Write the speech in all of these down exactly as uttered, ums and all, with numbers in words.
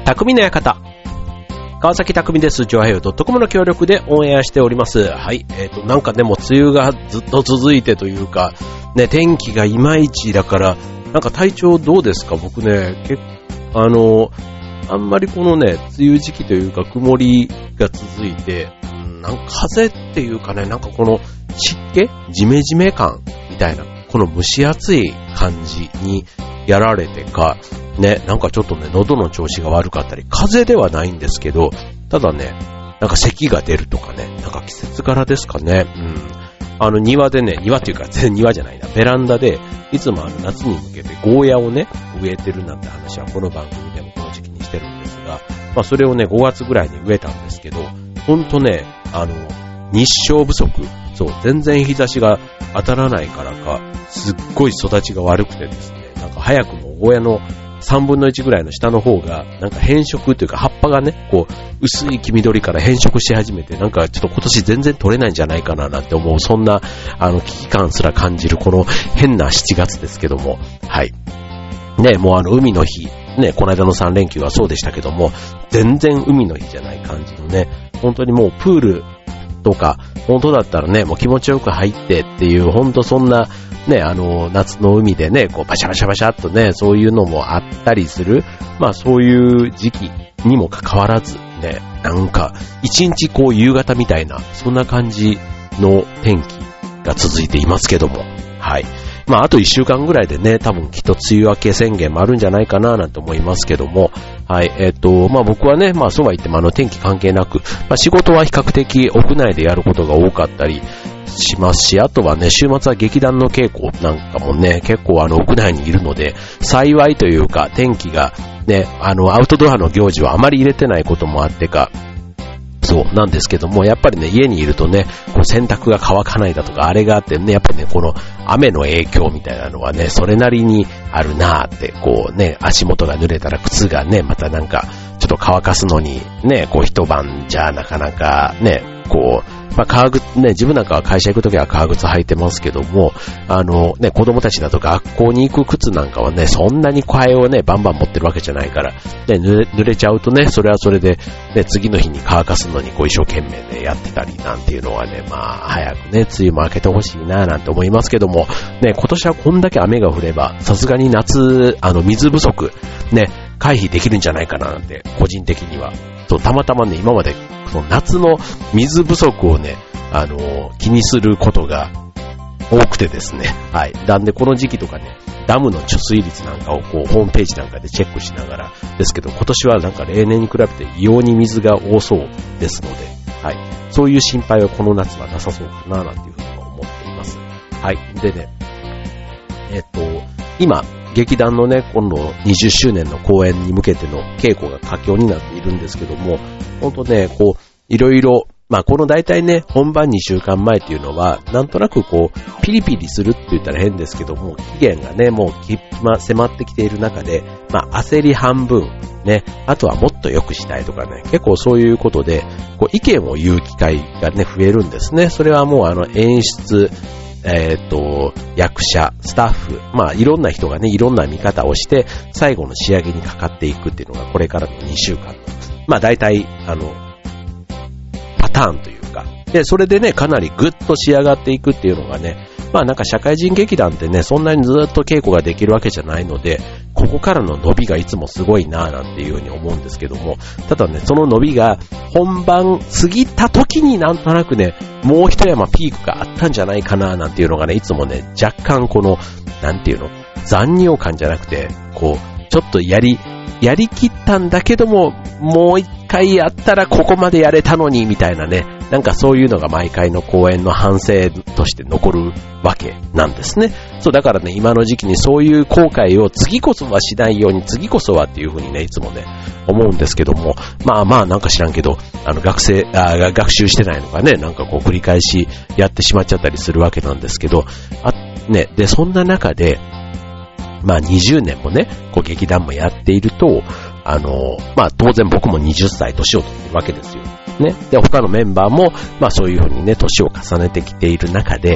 匠の館。川崎匠です。ジョアヘヨ .com の協力でオンエアしております。はい。えっと、なんかね、もう梅雨がずっと続いてというか、ね、天気がいまいちだから、なんか体調どうですか？僕ね、結構、あの、あんまりこのね、梅雨時期というか曇りが続いて、うん、なんか風っていうかね、なんかこの湿気？ジメジメ感みたいな、この蒸し暑い感じにやられてか、ね、なんかちょっとね、喉の調子が悪かったり、風邪ではないんですけど、ただね、なんか咳が出るとかね、なんか季節柄ですかね、うん。あの庭でね、庭っていうか全然庭じゃないな、ベランダで、いつもあの夏に向けてゴーヤをね、植えてるなんて話はこの番組でもこの時期にしてるんですが、まあそれをね、ごがつぐらいに植えたんですけど、ほんとね、あの、日照不足、そう、全然日差しが当たらないからか、すっごい育ちが悪くてですね、なんか早くもゴーヤのさんぶんのいちぐらいの下の方が、なんか変色というか葉っぱがね、こう、薄い黄緑から変色し始めて、なんかちょっと今年全然取れないんじゃないかななんて思う、そんな、あの、危機感すら感じるこの変なしちがつですけども、はい。ね、もうあの、海の日、ね、この間のさん連休はそうでしたけども、全然海の日じゃない感じのね、本当にもうプールとか、本当だったらね、もう気持ちよく入ってっていう、本当そんな、ね、あの、夏の海でね、こう、バシャバシャバシャっとね、そういうのもあったりする、まあそういう時期にもかかわらず、ね、なんか、一日こう夕方みたいな、そんな感じの天気が続いていますけども、はい。まああと一週間ぐらいでね、多分きっと梅雨明け宣言もあるんじゃないかななんて思いますけども、はい、えっと、まあ僕はね、まあそうは言ってもあの天気関係なく、まあ仕事は比較的屋内でやることが多かったり、しますし、あとはね、週末は劇団の稽古なんかもね、結構あの屋内にいるので、幸いというか天気がね、あのアウトドアの行事はあまり入れてないこともあってか、そうなんですけども、やっぱりね、家にいるとね、こう洗濯が乾かないだとか、あれがあってね、やっぱりね、この雨の影響みたいなのはね、それなりにあるなーって、こうね、足元が濡れたら靴がね、またなんか、ちょっと乾かすのにね、こう一晩じゃなかなかね、こう、まあ、革靴ね、自分なんかは会社行くときは革靴履いてますけども、あのね、子供たちだと学校に行く靴なんかはね、そんなに替えをね、バンバン持ってるわけじゃないから、ね、濡れ、濡れちゃうとね、それはそれで、ね、次の日に乾かすのにこう一生懸命ね、やってたりなんていうのはね、まあ、早くね、梅雨も明けてほしいななんて思いますけども、ね、今年はこんだけ雨が降れば、さすがに夏、あの、水不足、ね、回避できるんじゃないかななんて、個人的には。そう、たまたまね、今まで、その夏の水不足をね、あのー、気にすることが多くてですね。はい。なんでこの時期とかね、ダムの貯水率なんかをこう、ホームページなんかでチェックしながらですけど、今年はなんか例年に比べて異様に水が多そうですので、はい。そういう心配はこの夏はなさそうかな、なんていうふうに思っています。はい。でね、えっと、今、劇団のね、今度にじゅっしゅうねんの公演に向けての稽古が佳境になっているんですけども、ほんとね、こう、いろいろ、まあこの大体ね、本番にしゅうかんまえっていうのは、なんとなくこう、ピリピリするって言ったら変ですけども、期限がね、もうき、ま、迫ってきている中で、まあ焦り半分、ね、あとはもっと良くしたいとかね、結構そういうことで、こう意見を言う機会がね、増えるんですね。それはもうあの演出、えっと、役者、スタッフ、まあいろんな人がね、いろんな見方をして、最後の仕上げにかかっていくっていうのがこれからのにしゅうかんの、まあ大体、あの、パターンというか、で、それでね、かなりグッと仕上がっていくっていうのがね、まあなんか社会人劇団ってね、そんなにずっと稽古ができるわけじゃないので、ここからの伸びがいつもすごいなぁなんていうふうに思うんですけども、ただね、その伸びが本番過ぎた時になんとなくね、もう一山ピークがあったんじゃないかななんていうのがね、いつもね、若干この、なんていうの、残尿感じゃなくて、こう、ちょっとやり、やりきったんだけども、もう一回やったらここまでやれたのにみたいなね、なんかそういうのが毎回の公演の反省として残るわけなんですね。そうだからね、今の時期にそういう後悔を次こそはしないように、次こそはっていう風にね、いつもね、思うんですけども、まあまあなんか知らんけど、あの学生、あ学習してないのかね、なんかこう繰り返しやってしまっちゃったりするわけなんですけど、あ、ね、で、そんな中で、まあにじゅうねんもね、こう劇団もやっていると、あの、まあ当然僕もはたち年を取ってるわけですよ。ね。で、他のメンバーも、まあそういうふうにね、年を重ねてきている中で、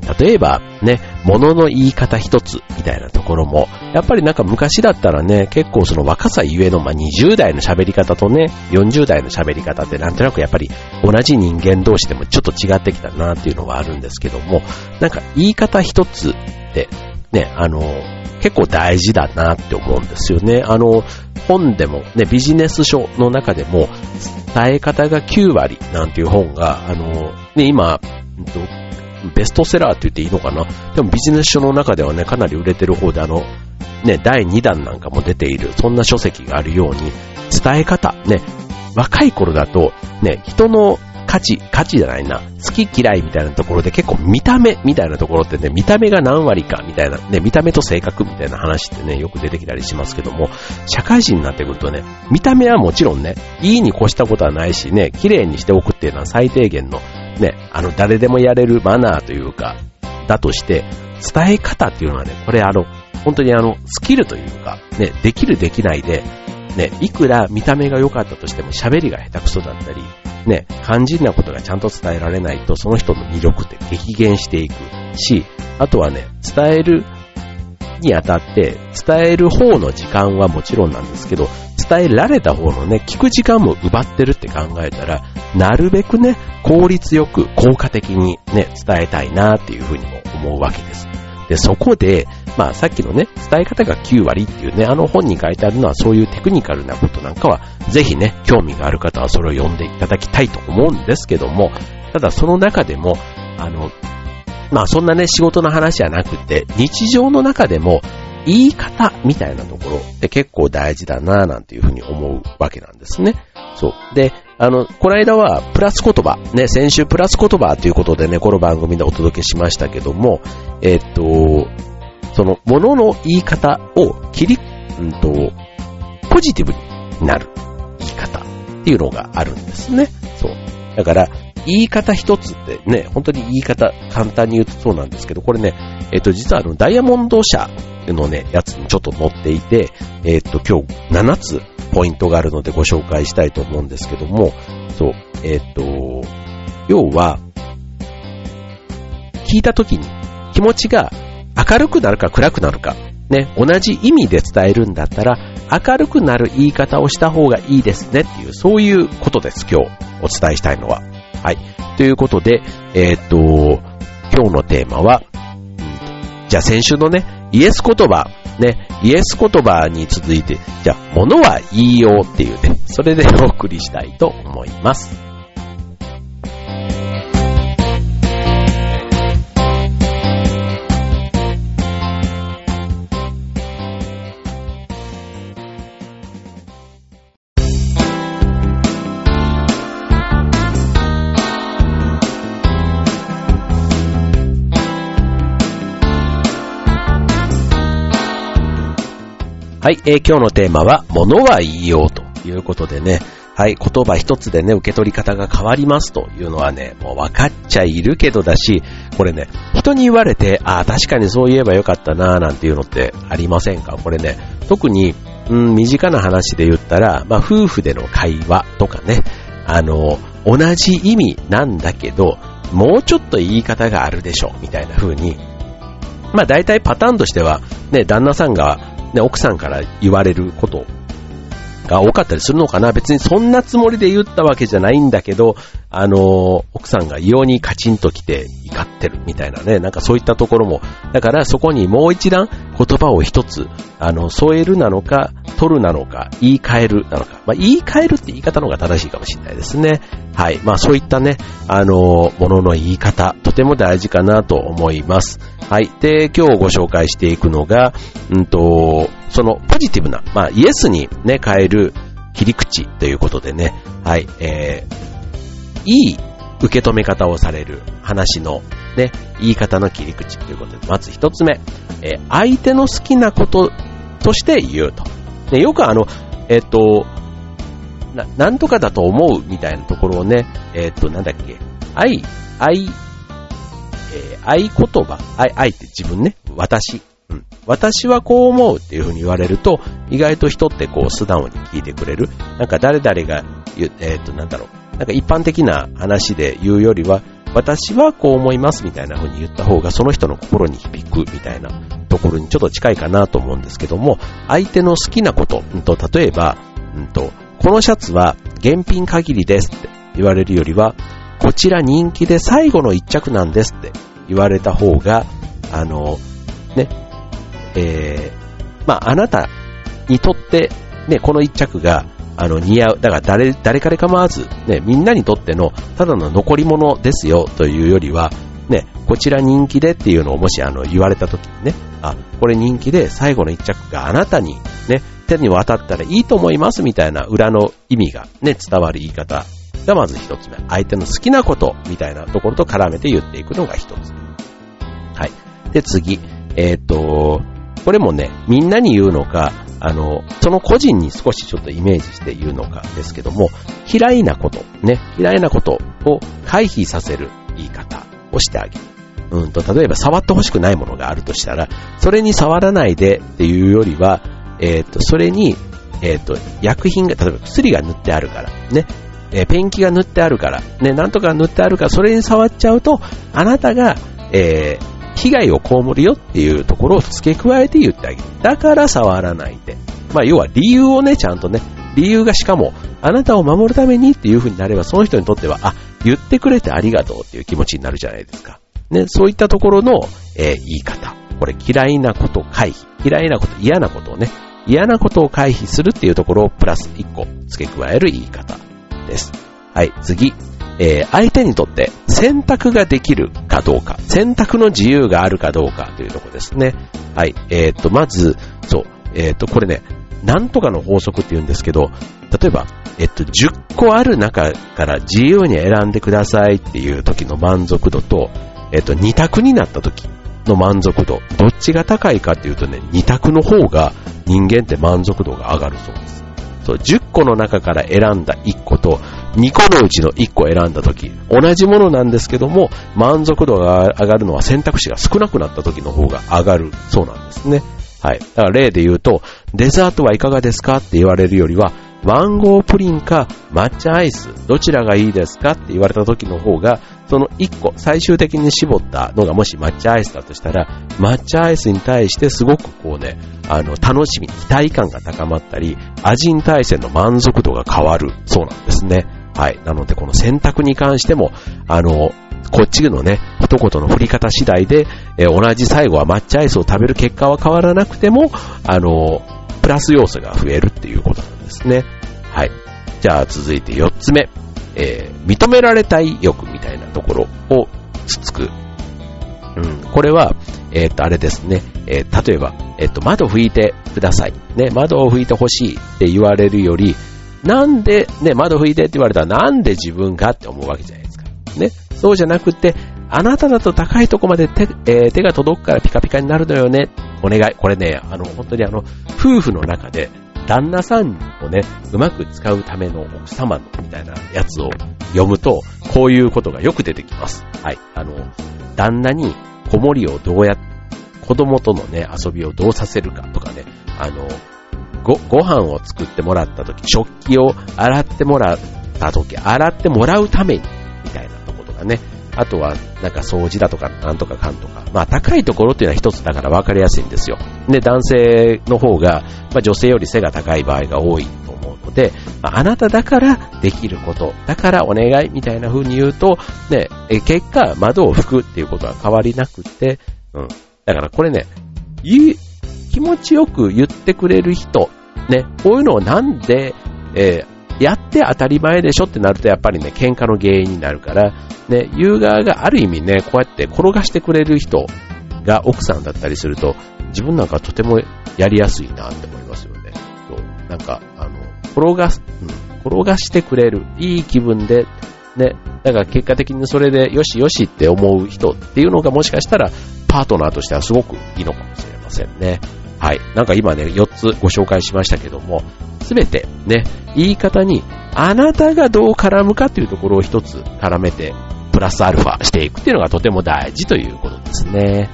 例えばね、物の言い方一つみたいなところも、やっぱりなんか昔だったらね、結構その若さゆえの、まあ、にじゅう代の喋り方とね、よんじゅう代の喋り方ってなんとなくやっぱり同じ人間同士でもちょっと違ってきたなっていうのはあるんですけども、なんか言い方一つってね、あの、結構大事だなって思うんですよね。あの、本でもね、ビジネス書の中でも、伝え方がきゅうわりなんていう本が、あの、ね、今、ベストセラーって言っていいのかな。でもビジネス書の中ではね、かなり売れてる方で、あの、ね、だいにだんなんかも出ている、そんな書籍があるように、伝え方、ね、若い頃だと、ね、人の価値、価値じゃないな、好き嫌いみたいなところで結構見た目みたいなところってね、見た目が何割かみたいな、ね、見た目と性格みたいな話ってね、よく出てきたりしますけども、社会人になってくるとね、見た目はもちろんね、いいに越したことはないしね、綺麗にしておくっていうのは最低限のね、あの、誰でもやれるマナーというか、だとして、伝え方っていうのはね、これあの、本当にあの、スキルというか、ね、できるできないで、ね、いくら見た目が良かったとしても喋りが下手くそだったり、ね、肝心なことがちゃんと伝えられないと、その人の魅力って激減していくし、あとはね、伝えるにあたって、伝える方の時間はもちろんなんですけど、伝えられた方のね、聞く時間も奪ってるって考えたら、なるべくね、効率よく効果的にね、伝えたいなっていうふうにも思うわけです。で、そこで、まあさっきのね、伝え方がきゅうわりっていうね、あの本に書いてあるのはそういうテクニカルなことなんかは、ぜひね、興味がある方はそれを読んでいただきたいと思うんですけども、ただその中でも、あの、まあそんなね、仕事の話じゃなくて、日常の中でも、言い方みたいなところって結構大事だなぁなんていうふうに思うわけなんですね。そう。で、あの、この間はプラス言葉、ね、先週プラス言葉ということでね、この番組でお届けしましたけども、えっと、その、ものの言い方を切り、うんと、ポジティブになる言い方っていうのがあるんですね。そう。だから、言い方一つってね、本当に言い方簡単に言うとそうなんですけど、これね、えっと、実はあの、ダイヤモンド社のね、やつにちょっと載っていて、えっと、今日ななつポイントがあるのでご紹介したいと思うんですけども、そう、えっと、要は、聞いた時に気持ちが明るくなるか暗くなるか、ね、同じ意味で伝えるんだったら、明るくなる言い方をした方がいいですねっていう、そういうことです、今日お伝えしたいのは。はい。ということで、えっと、今日のテーマは、じゃあ先週のね、イエス言葉、ね、イエス言葉に続いて、じゃあ、ものは言いようっていうね、それでお送りしたいと思います。はい、えー、今日のテーマは、ものは言いようということでね、はい、言葉一つでね、受け取り方が変わりますというのはね、もう分かっちゃいるけどだし、これね、人に言われて、ああ、確かにそう言えばよかったなーなんていうのってありませんか？これね、特に、うん、身近な話で言ったら、まあ、夫婦での会話とかね、あの、同じ意味なんだけど、もうちょっと言い方があるでしょ、みたいな風に、まあ、大体パターンとしては、ね、旦那さんが、ね、奥さんから言われることが多かったりするのかな。別にそんなつもりで言ったわけじゃないんだけど、あのー、奥さんが異様にカチンときて怒ってるみたいなね、なんかそういったところも、だからそこにもう一段言葉を一つ、あの、添えるなのか、取るなのか、言い換えるなのか、まあ、言い換えるって言い方の方が正しいかもしれないですね。はい。まあそういったね、あのー、ものの言い方、とても大事かなと思います。はい。で、今日ご紹介していくのが、うんと、そのポジティブな、まあイエスにね、変える切り口ということでね、はい、えー、いい受け止め方をされる話のね、言い方の切り口ということで、まず一つ目、えー、相手の好きなこととして言うと。ね、よくあの、えっと、な、なんとかだと思うみたいなところをね、えっと、なんだっけ、愛、愛、えー、愛言葉、愛、愛って自分ね、私、うん、私はこう思うっていう風に言われると、意外と人ってこう素直に聞いてくれる。なんか誰々が言う、えっと、なんだろう、なんか一般的な話で言うよりは、 私はこう思いますみたいな風に言った方がその人の心に響くみたいなところにちょっと近いかなと思うんですけども、相手の好きなこと、うんと、例えば、うんと、このシャツは現品限りですって言われるよりは、こちら人気で最後の一着なんですって言われた方が、あの、ね、えー、まあ、あなたにとって、ね、この一着が、あの、似合う。だから誰、誰彼構わず、ね、みんなにとっての、ただの残り物ですよ、というよりは、ね、こちら人気でっていうのをもし、あの、言われたときにね、あ、これ人気で最後の一着があなたに、ね、手に渡ったらいいと思いますみたいな裏の意味がね、伝わる言い方がまず一つ目。相手の好きなことみたいなところと絡めて言っていくのが一つ。はい。で、次。えっと、これもね、みんなに言うのか、あの、その個人に少しちょっとイメージして言うのかですけども、嫌いなこと、ね、嫌いなことを回避させる言い方をしてあげる。うんと、例えば触ってほしくないものがあるとしたら、それに触らないでっていうよりは、えっと、それに、えっと、薬品が、例えば薬が塗ってあるから、ね、えー、ペンキが塗ってあるから、ね、なんとか塗ってあるから、それに触っちゃうと、あなたが、えー、被害を被るよっていうところを付け加えて言ってあげる。だから触らないで。まあ、要は理由をね、ちゃんとね、理由がしかも、あなたを守るためにっていう風になれば、その人にとっては、あ、言ってくれてありがとうっていう気持ちになるじゃないですか。ね、そういったところの、えー、言い方。これ嫌いなこと回避。嫌いなこと、嫌なことをね、嫌なことを回避するっていうところをプラスいっこ付け加える言い方です。はい、次。えー、相手にとって選択ができるかどうか、選択の自由があるかどうかというところですね。はい、えっと、まず、そう、えっと、これね、なんとかの法則って言うんですけど、例えば、えっと、じゅっこある中から自由に選んでくださいっていう時の満足度と、えっと、に択になった時の満足度、どっちが高いかっていうとね、に択の方が人間って満足度が上がるそうです。そう、じゅっこの中から選んだいっことにこのうちのいっこ選んだとき、同じものなんですけども、満足度が上がるのは選択肢が少なくなったときの方が上がるそうなんですね。はい。だから例で言うと、デザートはいかがですかって言われるよりは、マンゴープリンか抹茶アイス、どちらがいいですかって言われた時の方が、そのいっこ、最終的に絞ったのがもし抹茶アイスだとしたら、抹茶アイスに対してすごくこうね、あの、楽しみ、期待感が高まったり、味に対しての満足度が変わるそうなんですね。はい。なのでこの選択に関しても、あの、こっちのね、一言の振り方次第で、えー、同じ最後は抹茶アイスを食べる結果は変わらなくても、あの、プラス要素が増えるっていうことなんですね。はい。じゃあ続いてよっつめ。えー、認められたい欲みたいなところをつつく。うん。これは、えっと、あれですね。えー、例えば、えっと、窓拭いてください。ね、窓を拭いてほしいって言われるより、なんで、ね、窓拭いてって言われたらなんで自分がって思うわけじゃないですか。ね。そうじゃなくて、あなただと高いとこまで 手,、えー、手が届くからピカピカになるのよね。お願い。これね、あの、本当にあの、夫婦の中で、旦那さんをね、うまく使うための奥様のみたいなやつを読むと、こういうことがよく出てきます。はい。あの、旦那に子守をどうや、子供とのね、遊びをどうさせるかとかね、あの、ご、ご飯を作ってもらったとき、食器を洗ってもらったとき、洗ってもらうために、みたいなところとかね。あとは、なんか掃除だとか、なんとかかんとか。まあ、高いところっていうのは一つだから分かりやすいんですよ。で、男性の方が、まあ、女性より背が高い場合が多いと思うので、まあ、あなただからできること、だからお願いみたいな風に言うと、ね、え結果、窓を拭くっていうことは変わりなくて、うん。だからこれね、い気持ちよく言ってくれる人、ね、こういうのをなんで、えーやって当たり前でしょってなるとやっぱりね、喧嘩の原因になるから、ね、言う側がある意味ね、こうやって転がしてくれる人が奥さんだったりすると、自分なんかとてもやりやすいなって思いますよね。そう。なんか、あの、転がす、うん、転がしてくれる、いい気分で、ね、だから結果的にそれでよしよしって思う人っていうのがもしかしたら、パートナーとしてはすごくいいのかもしれませんね。はい。なんか今ね、よっつご紹介しましたけども、すべてね、言い方にあなたがどう絡むかっていうところを一つ絡めて、プラスアルファしていくっていうのがとても大事ということですね。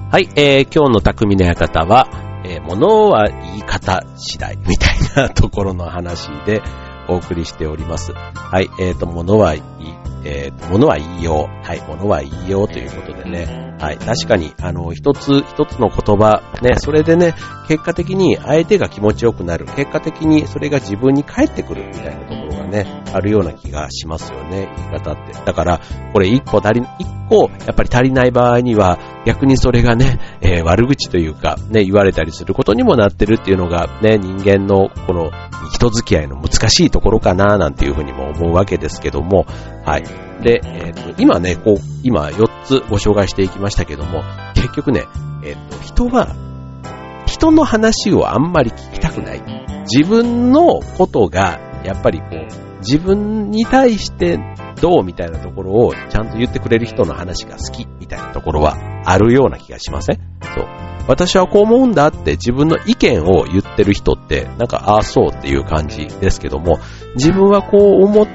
はい、えー、今日の匠の館は、えー、物は言い方次第みたいなところの話でお送りしております。はい、えーと、物は言い、えーと、物は言いよう。はい、物は言いようということでね。はい、確かに、あの、一つ一つの言葉、ね、それでね、結果的に相手が気持ちよくなる。結果的にそれが自分に返ってくるみたいなところがね、あるような気がしますよね、言い方って。だから、これ一個足り、一個、やっぱり足りない場合には、逆にそれがね、えー、悪口というか、ね、言われたりすることにもなってるっていうのが、ね、人間のこの人付き合いの難しいところかな、なんていうふうにも思うわけですけども、はい。で、えっと、今ね、こう、今よっつご紹介していきましたけども、結局ね、えっと、人は、人の話をあんまり聞きたくない。自分のことが、やっぱりこう、自分に対してどうみたいなところをちゃんと言ってくれる人の話が好きみたいなところはあるような気がしません？そう。私はこう思うんだって自分の意見を言ってる人って、なんか、ああそうっていう感じですけども、自分はこう思って、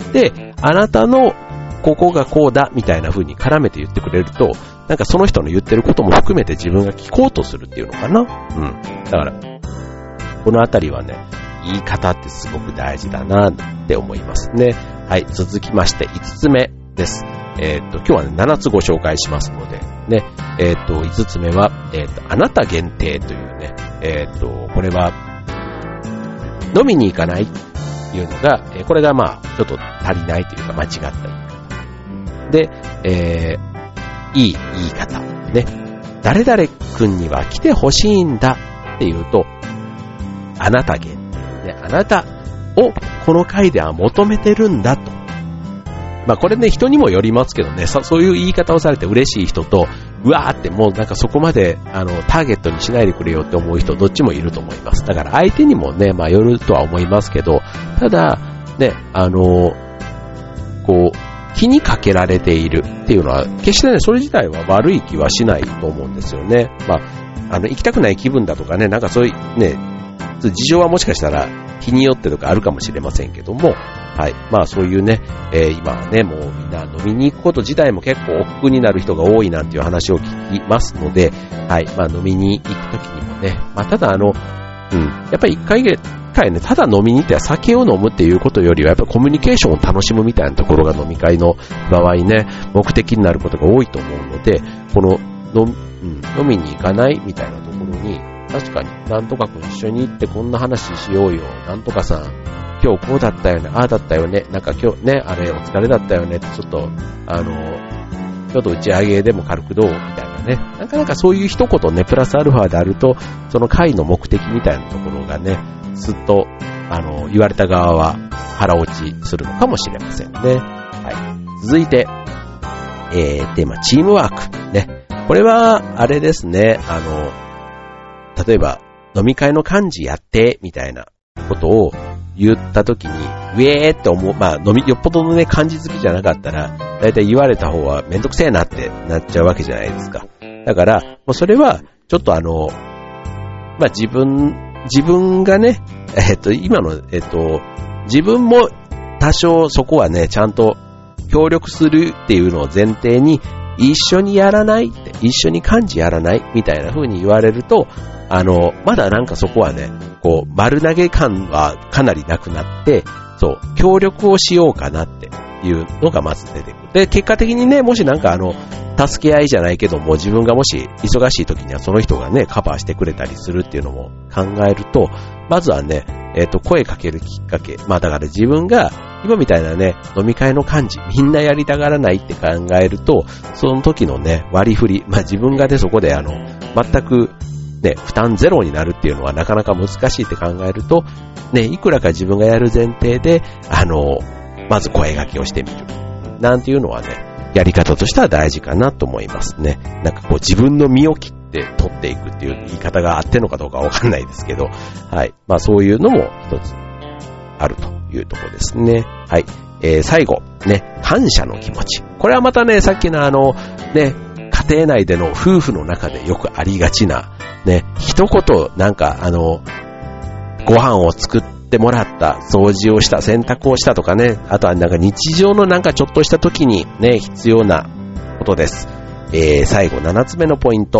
あなたのここがこうだみたいな風に絡めて言ってくれると、なんかその人の言ってることも含めて自分が聞こうとするっていうのかな。うん。だから、このあたりはね、言い方ってすごく大事だなって思いますね。はい、続きましていつつめです。えー、っと、今日はね、ななつご紹介しますので、ね、えー、っと、いつつめは、えー、っと、あなた限定というね、えー、っと、これは、飲みに行かないっていうのが、えー、これがまあ、ちょっと足りないというか間違った言い方。で、えー、いい言い方。ね、誰々君には来てほしいんだっていうと、あなた限定。ね、あなたをこの回では求めてるんだと。まあこれね、人にもよりますけどね、そ、そういう言い方をされて嬉しい人と、うわーってもうなんかそこまであのターゲットにしないでくれよって思う人、どっちもいると思います。だから相手にもね、まあよるとは思いますけど、ただね、あのこう気にかけられているっていうのは決してね、それ自体は悪い気はしないと思うんですよね。まああの行きたくない気分だとかね、なんかそういうね、事情はもしかしたら日によってとかあるかもしれませんけども、はい。まあそういうね、えー、今はね、もうみんな飲みに行くこと自体も結構億劫になる人が多いなんていう話を聞きますので、はい。まあ飲みに行くときにもね、まあただあの、うん、やっぱり一回一回ね、ただ飲みに行って酒を飲むっていうことよりは、やっぱりコミュニケーションを楽しむみたいなところが飲み会の場合ね、目的になることが多いと思うので、この飲、うん、飲みに行かないみたいなところに、確かに、なんとかくん一緒に行ってこんな話しようよ。なんとかさん、今日こうだったよね。ああだったよね。なんか今日ね、あれお疲れだったよね。ちょっと、あの、ちょっと打ち上げでも軽くどうみたいなね。なかなかそういう一言ね、プラスアルファであると、その会の目的みたいなところがね、ずっと、あの、言われた側は腹落ちするのかもしれませんね。はい。続いて、えー、テーマ、チームワーク。ね。これは、あれですね、あの、例えば、飲み会の幹事やって、みたいなことを言ったときに、ウェーって思う、まあ、飲み、よっぽどのね、幹事好きじゃなかったら、だいたい言われた方はめんどくせえなってなっちゃうわけじゃないですか。だから、もうそれは、ちょっとあの、まあ、自分、自分がね、えっと、今の、えっと、自分も多少そこはね、ちゃんと協力するっていうのを前提に、一緒にやらないって、一緒に幹事やらないみたいな風に言われると、あの、まだなんかそこはね、こう、丸投げ感はかなりなくなって、そう、協力をしようかなっていうのがまず出てくる。で、結果的にね、もしなんかあの、助け合いじゃないけども、自分がもし忙しい時にはその人がね、カバーしてくれたりするっていうのも考えると、まずはね、えっと、声かけるきっかけ。まあだから自分が、今みたいなね、飲み会の幹事、みんなやりたがらないって考えると、その時のね、割り振り、まあ自分がね、そこであの、全く、ね、負担ゼロになるっていうのはなかなか難しいって考えると、ね、いくらか自分がやる前提で、あの、まず声掛けをしてみる。なんていうのはね、やり方としては大事かなと思いますね。なんかこう自分の身を切って取っていくっていう言い方があってのかどうかわかんないですけど、はい。まあそういうのも一つあるというところですね。はい。えー、最後、ね、感謝の気持ち。これはまたね、さっきのあの、ね、家庭内での夫婦の中でよくありがちな、ね、一言なんかあの、ご飯を作ってもらった、掃除をした、洗濯をしたとかね、あとはなんか日常のなんかちょっとした時にね、必要なことです。えー、最後ななつめのポイント。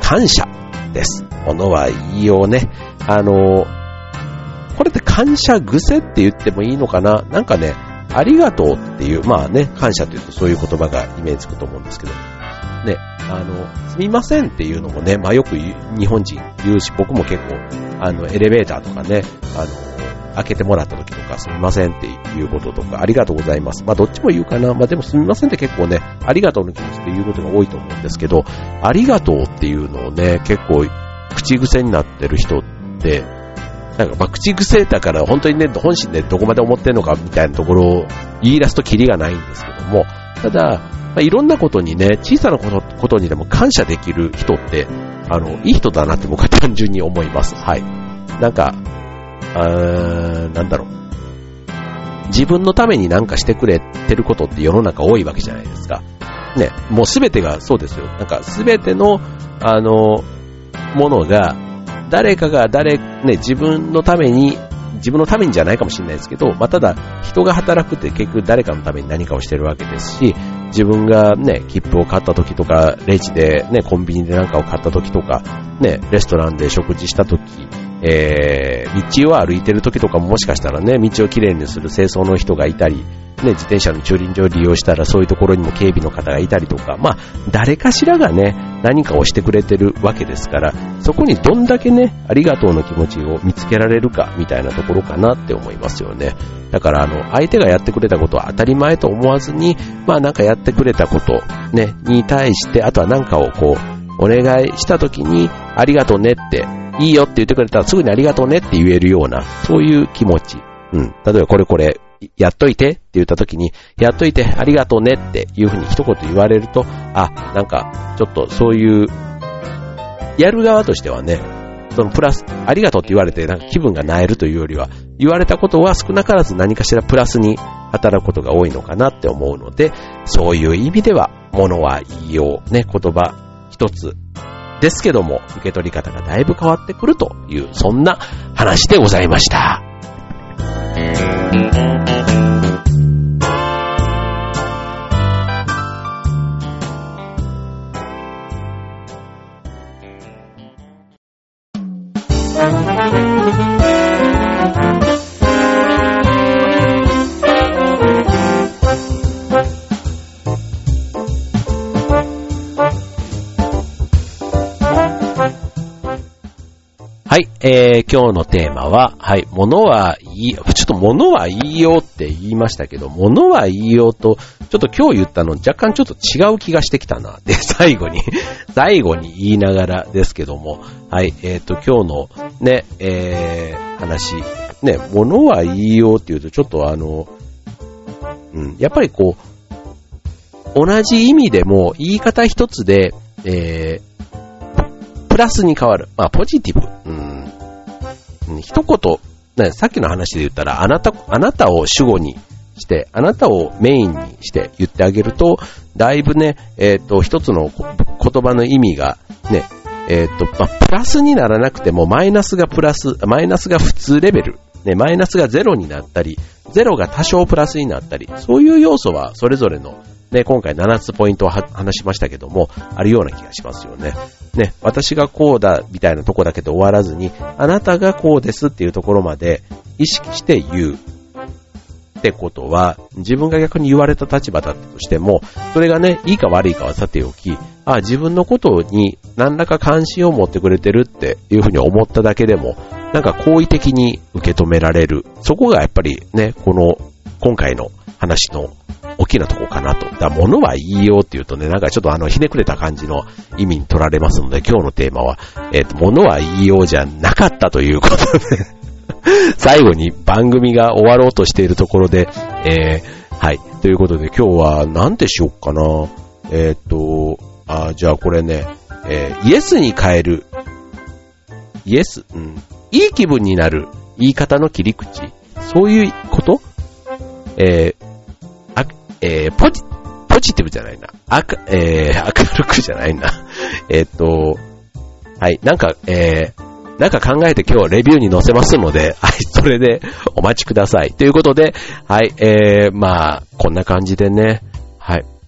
感謝です。物は言いようね。あの、これって感謝癖って言ってもいいのかな？なんかね、ありがとうっていう、まあね、感謝というとそういう言葉がイメージつくと思うんですけど、ね、あの、すみませんっていうのもね、まあよく日本人言うし、僕も結構、あの、エレベーターとかね、あの、開けてもらった時とか、すみませんっていうこととか、ありがとうございます。まあどっちも言うかな。まあでもすみませんって結構ね、ありがとうの気持ちっていうことが多いと思うんですけど、ありがとうっていうのをね、結構口癖になってる人って、なんかまあ口癖だから本当にね、本心でどこまで思ってんのかみたいなところを言い出すとキリがないんですけども、ただ、まあ、いろんなことにね、小さなこと、ことにでも感謝できる人って、あの、いい人だなって僕は単純に思います。はい。なんか、あー、なんだろう。自分のためになんかしてくれてることって世の中多いわけじゃないですか。ね、もうすべてがそうですよ。なんかすべての、あの、ものが、誰かが誰、ね、自分のために、自分のためにじゃないかもしれないですけど、まあ、ただ、人が働くって結局誰かのために何かをしてるわけですし、自分がね、切符を買った時とか、レジでね、コンビニで何かを買った時とか、ね、レストランで食事した時、えー、道を歩いてる時とかももしかしたらね、道をきれいにする清掃の人がいたり、ね、自転車の駐輪場を利用したらそういうところにも警備の方がいたりとか、まあ、誰かしらがね、何かをしてくれてるわけですから、そこにどんだけね、ありがとうの気持ちを見つけられるか、みたいなところかなって思いますよね。だから、あの、相手がやってくれたことは当たり前と思わずに、まあ、なんかやってくれたこと、ね、に対して、あとは何かをこう、お願いしたときに、ありがとうねって、いいよって言ってくれたらすぐにありがとうねって言えるような、そういう気持ち。うん。例えばこれこれ、やっといてって言った時に、やっといてありがとうねっていうふうに一言言われると、あ、なんか、ちょっとそういう、やる側としてはね、そのプラス、ありがとうって言われてなんか気分が萎えるというよりは、言われたことは少なからず何かしらプラスに働くことが多いのかなって思うので、そういう意味では、物は言いよう、ね、言葉一つですけども、受け取り方がだいぶ変わってくるという、そんな話でございました。はい、えー、今日のテーマは、はい、物はいい、ちょっと物はいいよって言いましたけど、物はいいよと、ちょっと今日言ったの若干ちょっと違う気がしてきたな。で、最後に、最後に言いながらですけども、はい、えっと、今日のね、えー、話、ね、物はいいよって言うと、ちょっとあの、うん、やっぱりこう、同じ意味でも言い方一つで、えー、プラスに変わる。まあ、ポジティブ。うん。一言、ね、さっきの話で言ったら、あなた、あなたを主語にして、あなたをメインにして言ってあげると、だいぶね、えっと、一つの言葉の意味が、ね、えっと、まあ、プラスにならなくても、マイナスがプラス、マイナスが普通レベル、ね、マイナスがゼロになったり、ゼロが多少プラスになったり、そういう要素はそれぞれの、ね、今回ななつポイントを話しましたけども、あるような気がしますよね。ね、私がこうだみたいなとこだけで終わらずに、あなたがこうですっていうところまで意識して言うってことは、自分が逆に言われた立場だったとしても、それがね、いいか悪いかはさておき、あ、自分のことに何らか関心を持ってくれてるっていうふうに思っただけでも、なんか好意的に受け止められる。そこがやっぱりね、この今回の話の大きなとこかなと。だから物は言いようっていうとね、なんかちょっとあのひねくれた感じの意味に取られますので、今日のテーマは、えっと、物は言いようじゃなかったということで、最後に番組が終わろうとしているところで、えー、はい。ということで今日は何でしようかな。えっと、あ、じゃあこれね、えー、イエスに変える。イエス、うん。いい気分になる言い方の切り口。そういうこと？えーえー、ポジ、ポジティブじゃないな。あか、えー、明るくじゃないな。えっと、はい、なんか、えー、なんか考えて今日レビューに載せますので、はい、それでお待ちください。ということで、はい、えー、まあ、こんな感じでね、はい。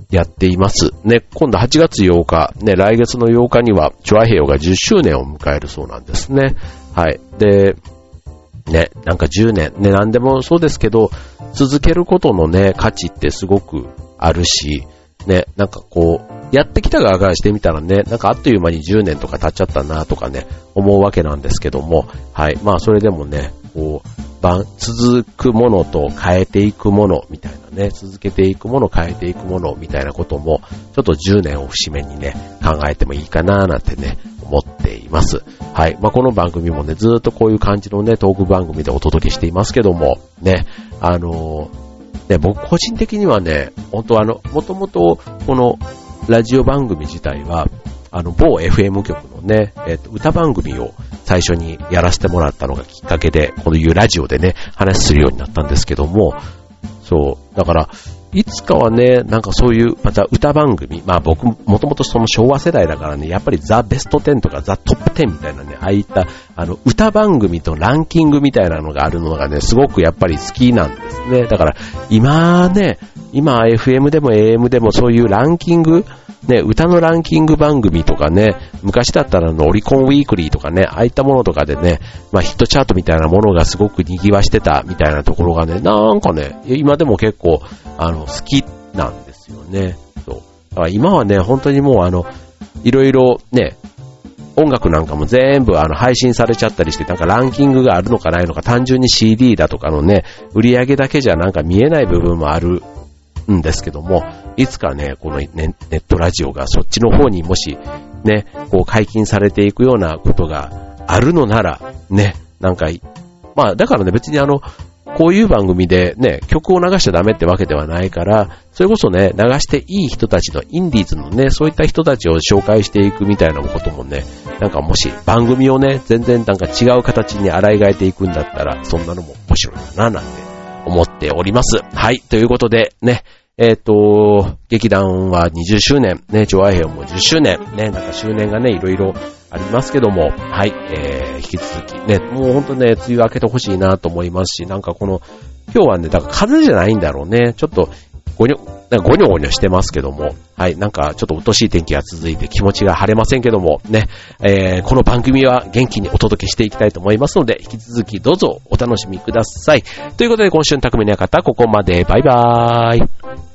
やっています。ね、今度はちがつようか、ね、来月のようかには、チョアヘヨがじゅっしゅうねんを迎えるそうなんですね。はい。で、ね、なんかじゅうねん、ね、なんでもそうですけど、続けることのね、価値ってすごくあるし、ね、なんかこう、やってきた側からしてみたらね、なんかあっという間にじゅうねんとか経っちゃったなとかね、思うわけなんですけども、はい。まあそれでもね、こう、続くものと変えていくものみたいなね、続けていくもの、変えていくものみたいなことも、ちょっとじゅうねんを節目にね、考えてもいいかななんてね、思っています。はい。まあ、この番組もね、ずーっとこういう感じのね、トーク番組でお届けしていますけども、ね、あのー、ね、僕個人的にはね、本当あの、もともとこのラジオ番組自体は、あの、某 エフエム 局のね、えっと、歌番組を最初にやらせてもらったのがきっかけで、こういうラジオでね、話するようになったんですけども、そう、だから、いつかはね、なんかそういう、また歌番組、まあ僕、もともとその昭和世代だからね、やっぱりザ・ベストテンとかザ・トップテンみたいなね、ああいった、あの、歌番組とランキングみたいなのがあるのがね、すごくやっぱり好きなんですね。だから、今ね、今 エフエム でも エーエム でもそういうランキング、ね、歌のランキング番組とかね、昔だったらのオリコンウィークリーとかね、ああいったものとかでね、まあヒットチャートみたいなものがすごく賑わしてたみたいなところがね、なんかね、今でも結構、あの、好きなんですよね。そう。だから今はね、本当にもうあの、いろいろね、音楽なんかも全部あの配信されちゃったりして、なんかランキングがあるのかないのか、単純に シーディー だとかのね、売り上げだけじゃなんか見えない部分もあるんですけども、いつかね、この ネ, ネットラジオがそっちの方にもしね、こう解禁されていくようなことがあるのなら、ね、なんか、まあだからね、別にあの、こういう番組でね、曲を流しちゃダメってわけではないから、それこそね、流していい人たちのインディーズのね、そういった人たちを紹介していくみたいなこともね、なんかもし番組をね、全然なんか違う形に洗い替えていくんだったら、そんなのも面白いな、なんて思っております。はい、ということでね、えっと、劇団はにじゅっしゅうねん、ね、チョアヘヨもじゅっしゅうねん、ね、なんか周年がね、いろいろありますけども、はい、えー、引き続きね、もうほんとね、梅雨明けてほしいなと思いますし、なんかこの、今日はね、だから風邪じゃないんだろうね、ちょっと、ごにょ、なんかゴニョゴニョしてますけども、はい、なんかちょっとうっとしい天気が続いて気持ちが晴れませんけども、ね、えー、この番組は元気にお届けしていきたいと思いますので、引き続きどうぞお楽しみください。ということで今週の匠の館、ここまで、バイバーイ。